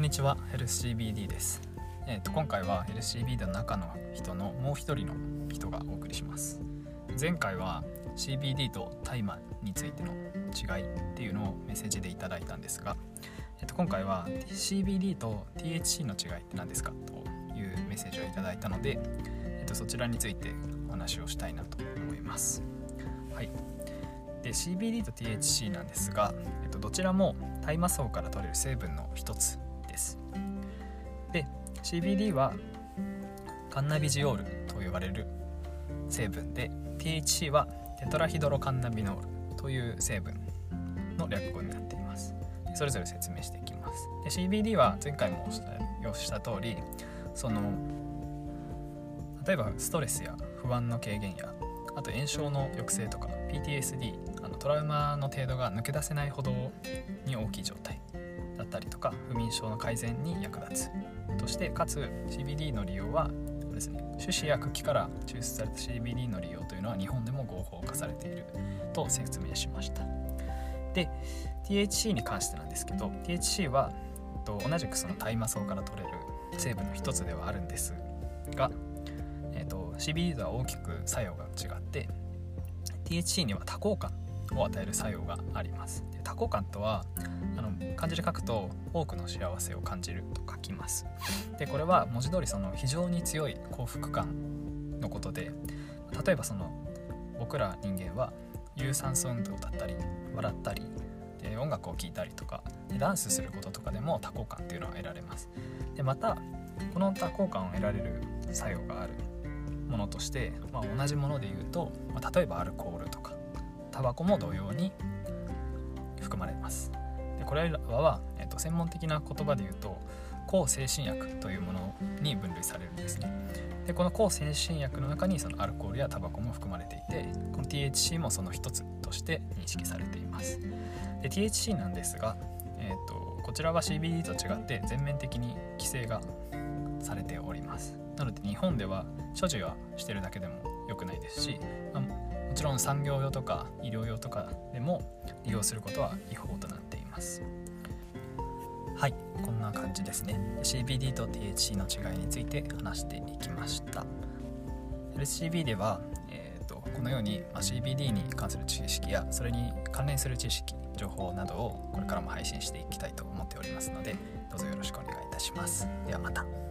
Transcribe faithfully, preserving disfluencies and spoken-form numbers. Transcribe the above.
にちは、ヘルス シービーディー です。えーと、今回は ヘルス シービーディー の中の人のもう一人の人がお送りします。前回は シービーディー と大麻についての違いっていうのをメッセージでいただいたんですが、えーと、今回は シービーディー と ティーエイチシー の違いって何ですかというメッセージをいただいたので、えーと、そちらについてお話をしたいなと思います。はい。で シービーディー と ティーエイチシー なんですが、えっと、どちらも大麻草から取れる成分の一つです。で シービーディー はカンナビジオールと呼ばれる成分で、 ティーエイチシー はテトラヒドロカンナビノールという成分の略語になっています。それぞれ説明していきます。で シービーディー は前回もおしたした通り、その例えばストレスや不安の軽減や、あと炎症の抑制とか ピーティーエスディー、 あのトラウマの程度が抜け出せないほどに大きい状態だったりとか、不眠症の改善に役立つとして、かつ シービーディー の利用はですね、種子や茎から抽出された シービーディー の利用というのは日本でも合法化されていると説明しました。で ティーエイチシー に関してなんですけど、 ティーエイチシー はと同じくその大麻草から取れる成分の一つではあるんですが、えー、と シービーディー とは大きく作用が違って、 ティーエイチシー には多幸感を与える作用があります。で多幸感とはあの漢字で書くと多くの幸せを感じると書きます。でこれは文字通りその非常に強い幸福感のことで、例えばその僕ら人間は有酸素運動だったり笑ったりで音楽を聴いたりとかでダンスすることとかでも多幸感っていうのは得られます。でまたこの多幸感を得られる作用があるものとして、まあ、同じもので言うと、まあ、例えばアルコールとかタバコも同様に含まれます。でこれらは、えっと、専門的な言葉で言うと向精神薬というものに分類されるんですね。でこの向精神薬の中にそのアルコールやタバコも含まれていて、この ティーエイチシー もその一つとして認識されています。で ティーエイチシー なんですが、えっと、こちらは シービーディー と違って全面的に規制がされております。なので日本では所持はしてるだけでも良くないですし、まあ、もちろん産業用とか医療用とかでも利用することは違法となっています。はい、こんな感じですね。 シービーディー と ティーエイチシー の違いについて話していきました。 エルシービー では、えー、とこのように、まあ、シービーディー に関する知識やそれに関連する知識情報などをこれからも配信していきたいと思っておりますので、どうぞよろしくお願いいたします。ではまた。